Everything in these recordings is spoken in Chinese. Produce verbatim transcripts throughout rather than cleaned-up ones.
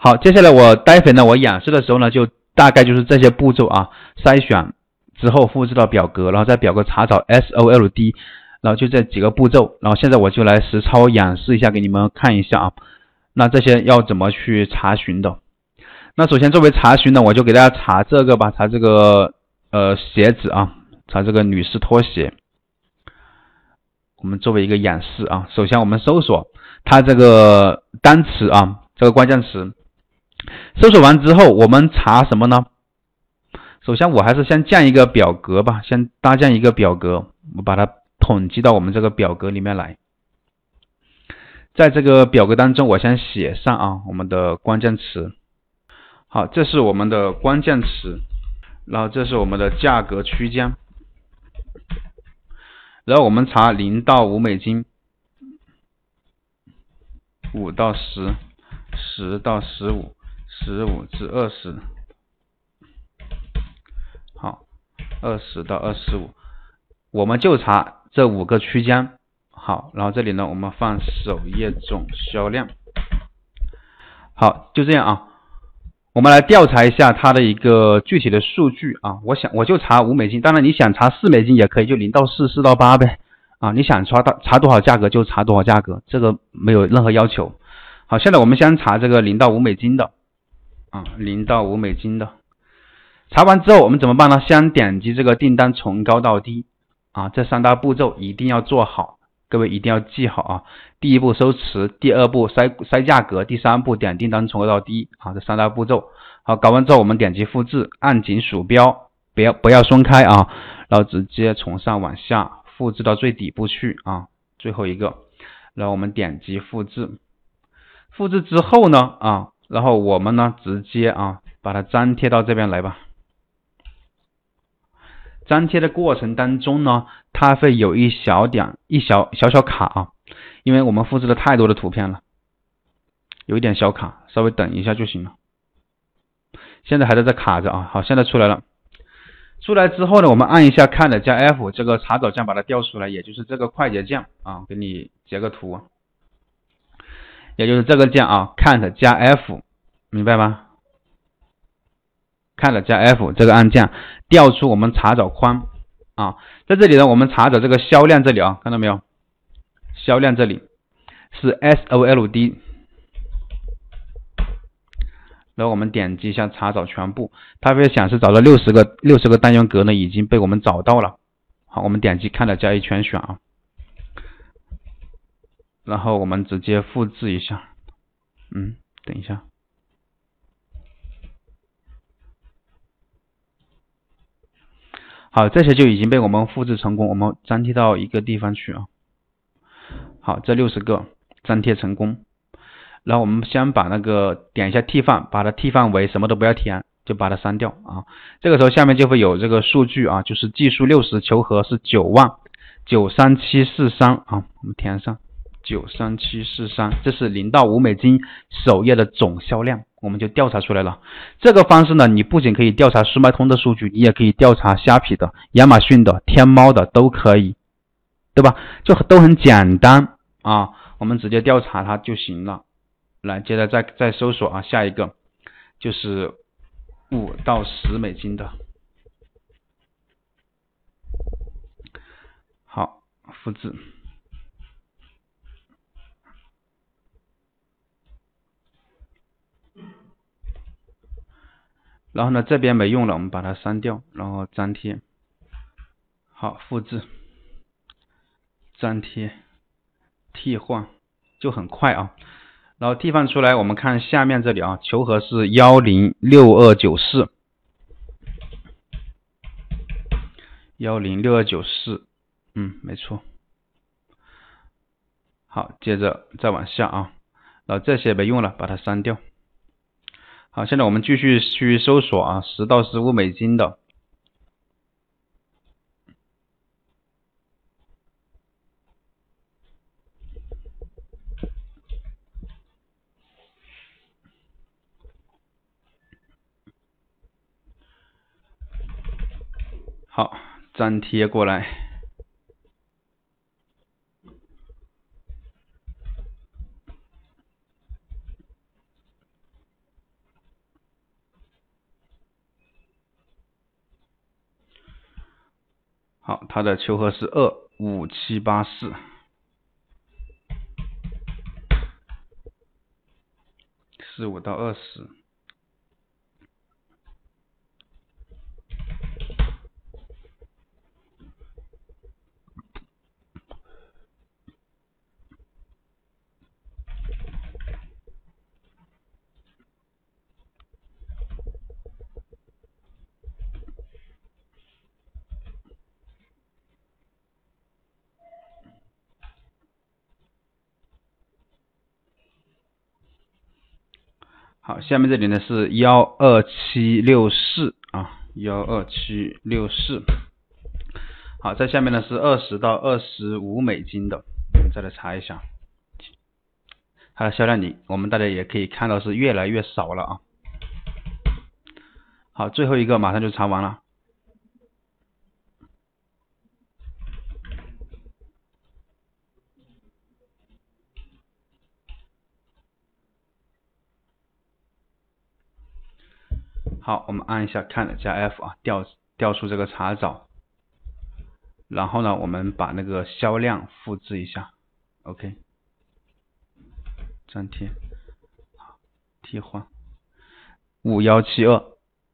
好，接下来我待会呢，我演示的时候呢，就大概就是这些步骤啊，筛选之后复制到表格，然后在表格查找 S O L D， 然后就这几个步骤。然后现在我就来实操演示一下给你们看一下啊。那这些要怎么去查询的？那首先作为查询呢，我就给大家查这个吧，查这个呃鞋子啊，查这个女士拖鞋。我们作为一个演示啊，首先我们搜索它这个单词啊，这个关键词，搜索完之后，我们查什么呢？首先我还是先建一个表格吧，先搭建一个表格，我把它统计到我们这个表格里面来。在这个表格当中，我先写上啊我们的关键词。好，这是我们的关键词，然后这是我们的价格区间，然后我们查零到五美金，五到十，十到十五，十五至二十，好，二十到二十五，我们就查这五个区间。好，然后这里呢，我们放首页总销量。好，就这样啊。我们来调查一下它的一个具体的数据啊，我想我就查五美金，当然你想查四美金也可以，就零到四，四到八呗啊，你想查到查多少价格就查多少价格，这个没有任何要求。好，现在我们先查这个零到五美金的啊，零到五美金的，查完之后我们怎么办呢？先点击这个订单从高到低啊，这三大步骤一定要做好，各位一定要记好啊。第一步收词，第二步筛筛价格，第三步点订单从高到低啊，这三大步骤。好，搞完之后我们点击复制，按紧鼠标，不要不要松开啊，然后直接从上往下复制到最底部去啊，最后一个，然后我们点击复制，复制之后呢啊，然后我们呢直接啊把它粘贴到这边来吧。粘贴的过程当中呢，它会有一小点一小小小卡啊，因为我们复制了太多的图片了，有一点小卡，稍微等一下就行了。现在还在这卡着啊，好，现在出来了。出来之后呢，我们按一下 Command 加 F 这个查找键把它调出来，也就是这个快捷键啊，给你截个图，也就是这个键啊 ，Command 加 F， 明白吗？Command 加 F 这个按键调出我们查找框啊，在这里呢，我们查找这个销量这里啊，看到没有？销量这里是 S O L D， 然后我们点击一下查找全部，它会显示找到六十个六十个单元格呢已经被我们找到了。好，我们点击Command加 A 全选啊，然后我们直接复制一下，嗯，等一下。好，这些就已经被我们复制成功，我们粘贴到一个地方去啊。好，这六十个粘贴成功。然后我们先把那个点一下替换，把它替换为什么都不要填，就把它删掉啊。这个时候下面就会有这个数据啊，就是计数六十，求和是九万九三七四三啊，我们填上九三七四三，这是零到五美金首页的总销量，我们就调查出来了。这个方式呢，你不仅可以调查速卖通的数据，你也可以调查虾皮的、亚马逊的、天猫的都可以，对吧？就都很简单啊，我们直接调查它就行了。来，接着再再搜索啊，下一个就是五到十美金的。好，复制。然后呢，这边没用了，我们把它删掉，然后粘贴。好，复制，粘贴，替换，就很快啊。然后替换出来，我们看下面这里啊，求和是一零六二九四，一零六二九四，嗯，没错。好，接着再往下啊，然后这些没用了，把它删掉。好，现在我们继续去搜索啊，十到十五美金的。好，粘贴过来。 好，它的求和是二五七八四，十五到二十。好，下面这里呢是一二七六四啊，一二七六四。好，在下面呢是二十到二十五美金的，我们再来查一下，它的销量你我们大家也可以看到是越来越少了啊。好，最后一个马上就查完了。好，我们按一下看加 F 啊，调调出这个查找，然后呢，我们把那个销量复制一下 ，OK， 粘贴，好，替换五一七二，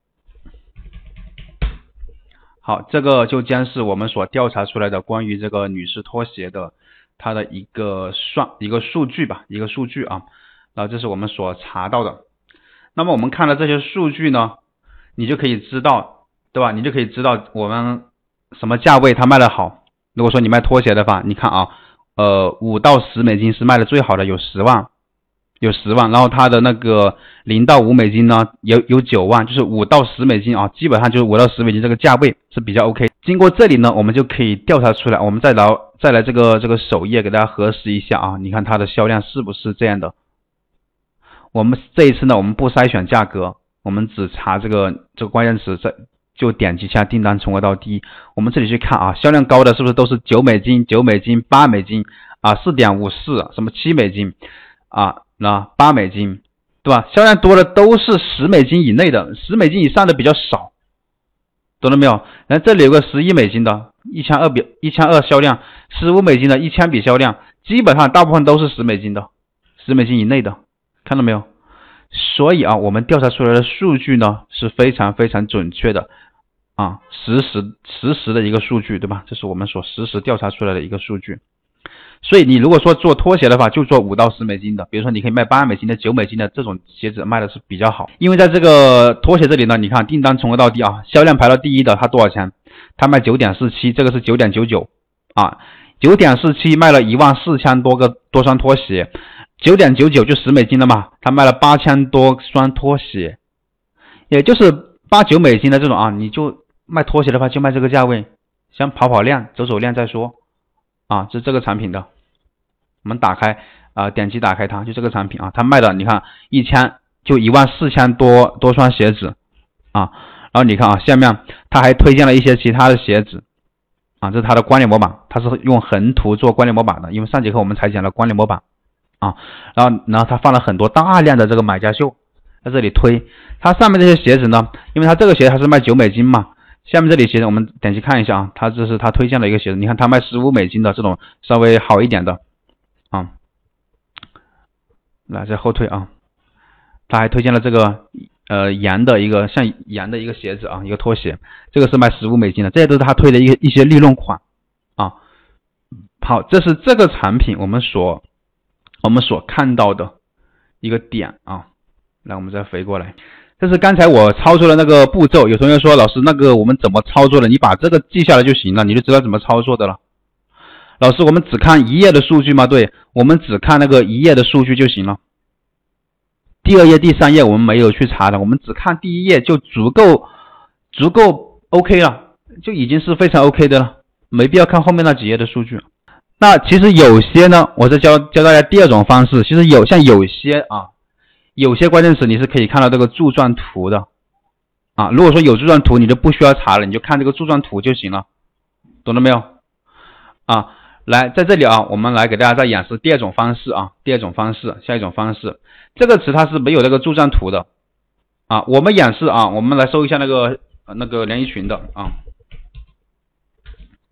好，这个就将是我们所调查出来的关于这个女士拖鞋的它的一个算一个数据吧，一个数据啊，然后这是我们所查到的。那么我们看了这些数据呢，你就可以知道，对吧？你就可以知道我们什么价位它卖的好。如果说你卖拖鞋的话，你看啊，呃，五到十美金是卖的最好的，有十万，有十万。然后它的那个零到五美金呢，有有九万，就是五到十美金啊，基本上就是五到十美金这个价位是比较 OK。经过这里呢，我们就可以调查出来，我们再来再来这个这个首页给大家核实一下啊，你看它的销量是不是这样的？我们这一次呢，我们不筛选价格，我们只查这个这个关键词，在就点击一下订单从额到低。我们这里去看啊，销量高的是不是都是九美金、九美金、八美金啊、四点五四，什么七美金啊、那八美金，对吧？销量多的都是十美金以内的，十美金以上的比较少，懂了没有？然后这里有个十一美金的，一千二比一千二销量，十五美金的一千笔销量，基本上大部分都是十美金的，十美金以内的。看到没有？所以啊，我们调查出来的数据呢是非常非常准确的啊，实时实时的一个数据，对吧？这是我们所实时调查出来的一个数据。所以你如果说做拖鞋的话，就做五到十美金的，比如说你可以卖八美金的、九美金的这种鞋子卖的是比较好。因为在这个拖鞋这里呢，你看订单从额到低啊，销量排到第一的它多少钱？它卖九点四七，这个是九点九九啊，九点四七卖了一万四千多个多双拖鞋。九点九九就十美金了嘛，他卖了八千多双拖鞋，也就是八九美金的这种啊，你就卖拖鞋的话就卖这个价位，先跑跑量走走量再说啊，这是这个产品的，我们打开啊、呃，点击打开它，就这个产品啊，它卖的你看一千就一万四千多多双鞋子啊，然后你看啊，下面它还推荐了一些其他的鞋子啊，这是它的关联模板，它是用横图做关联模板的，因为上节课我们才讲了关联模板。啊，然后然后他放了很多大量的这个买家秀在这里推，它上面这些鞋子呢，因为它这个鞋它是卖九美金嘛，下面这里鞋子我们点击看一下啊，它这是他推荐的一个鞋子，你看它卖十五美金的这种稍微好一点的啊，来再后退啊，他还推荐了这个呃羊的一个像羊的一个鞋子啊，一个拖鞋，这个是卖十五美金的，这些都是他推的一个一些利润款啊。好，这是这个产品我们所我们所看到的一个点啊，来我们再回过来，这是刚才我操作的那个步骤。有同学说老师那个我们怎么操作的？你把这个记下来就行了，你就知道怎么操作的了。老师我们只看一页的数据吗？对，我们只看那个一页的数据就行了。第二页、第三页我们没有去查的，我们只看第一页就足够足够 OK 了，就已经是非常 OK 的了，没必要看后面那几页的数据。那其实有些呢，我再教教大家第二种方式。其实有像有些啊，有些关键词你是可以看到这个柱状图的啊。如果说有柱状图，你就不需要查了，你就看这个柱状图就行了，懂了没有？啊，来在这里啊，我们来给大家再演示第二种方式啊，第二种方式，下一种方式。这个词它是没有那个柱状图的啊。我们演示啊，我们来搜一下那个那个连衣裙的啊。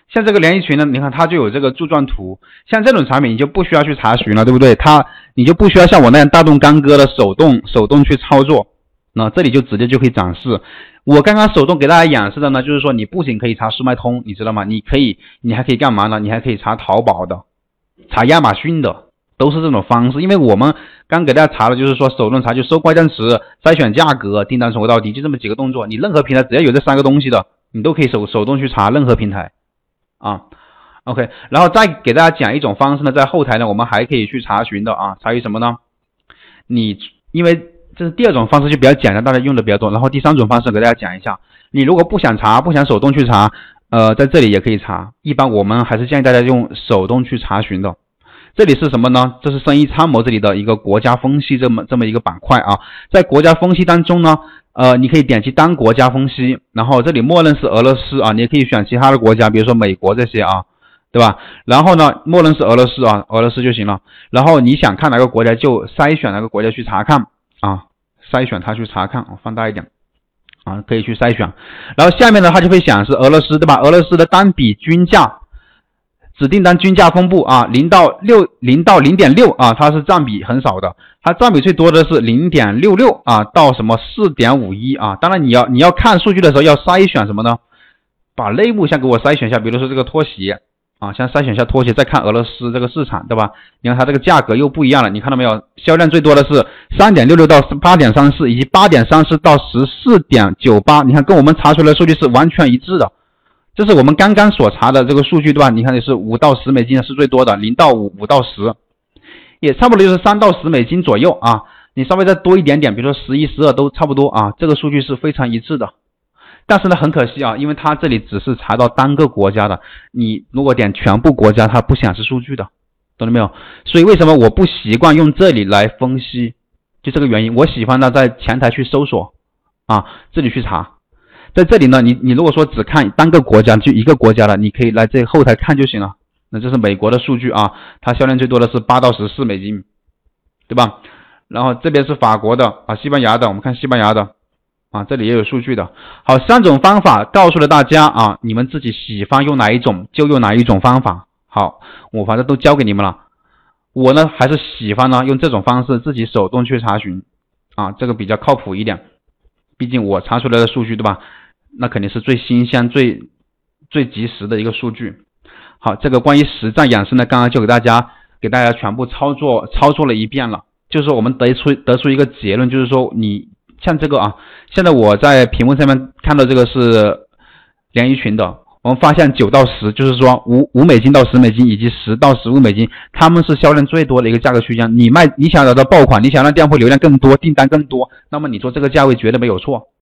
像这个连衣裙呢，你看它就有这个柱状图，像这种产品你就不需要去查询了，对不对？它你就不需要像我那样大动干戈的手动手动去操作，那这里就直接就可以展示。我刚刚手动给大家演示的呢，就是说你不仅可以查速卖通，你知道吗？你可以你还可以干嘛呢？你还可以查淘宝的，查亚马逊的，都是这种方式。因为我们刚给大家查的就是说手动查，就搜关键词、筛选价格、订单从头到底，就这么几个动作。你任何平台只要有这三个东西的，你都可以手手动去查任何平台啊。OK， 然后再给大家讲一种方式呢，在后台呢，我们还可以去查询的啊，查询什么呢？你因为这是第二种方式，就比较简单，大家用的比较多。然后第三种方式给大家讲一下，你如果不想查，不想手动去查，呃，在这里也可以查。一般我们还是建议大家用手动去查询的。这里是什么呢？这是生意参谋这里的一个国家分析这么这么一个板块啊。在国家分析当中呢，呃，你可以点击单国家分析，然后这里默认是俄罗斯啊，你也可以选其他的国家，比如说美国这些啊，对吧？然后呢，默认是俄罗斯啊，俄罗斯就行了。然后你想看哪个国家就筛选哪个国家去查看啊，筛选它去查看，我放大一点啊，可以去筛选。然后下面呢，它就会显示俄罗斯，对吧？俄罗斯的单笔均价。指订单均价分布啊，零到六，零到零点六啊，它是占比很少的，它占比最多的是零点六六啊，到什么四点五一啊。当然你要你要看数据的时候要筛选什么呢？把类目先给我筛选一下，比如说这个拖鞋啊，先筛选一下拖鞋，再看俄罗斯这个市场，对吧？你看它这个价格又不一样了，你看到没有？销量最多的是 三点六六 到 八点三四 以及 八点三四 到 十四点九八， 你看跟我们查出来的数据是完全一致的。这是我们刚刚所查的这个数据，对吧？你看也是五到十美金是最多的，零到五，五到十，也差不多就是三到十美金左右啊。你稍微再多一点点，比如说十一、十二都差不多啊。这个数据是非常一致的。但是呢，很可惜啊，因为它这里只是查到单个国家的，你如果点全部国家，它不显示数据的，懂了没有？所以为什么我不习惯用这里来分析？就这个原因，我喜欢呢在前台去搜索啊，这里去查。在这里呢，你你如果说只看单个国家，就一个国家的，你可以来这后台看就行了。那这是美国的数据啊，它销量最多的是八到十四美金，对吧？然后这边是法国的啊，西班牙的，我们看西班牙的啊，这里也有数据的。好，三种方法告诉了大家啊，你们自己喜欢用哪一种就用哪一种方法。好，我反正都教给你们了。我呢还是喜欢呢用这种方式自己手动去查询啊，这个比较靠谱一点。毕竟我查出来的数据，对吧？那肯定是最新鲜、最最及时的一个数据。好，这个关于实战演示呢，刚刚就给大家给大家全部操作操作了一遍了。就是我们得出得出一个结论，就是说你像这个啊，现在我在屏幕上面看到这个是连衣裙的，我们发现九到十，就是说五五美金到十美金以及十到十五美金，他们是销量最多的一个价格区间。你卖你想找到爆款，你想让店铺流量更多、订单更多，那么你做这个价位绝对没有错。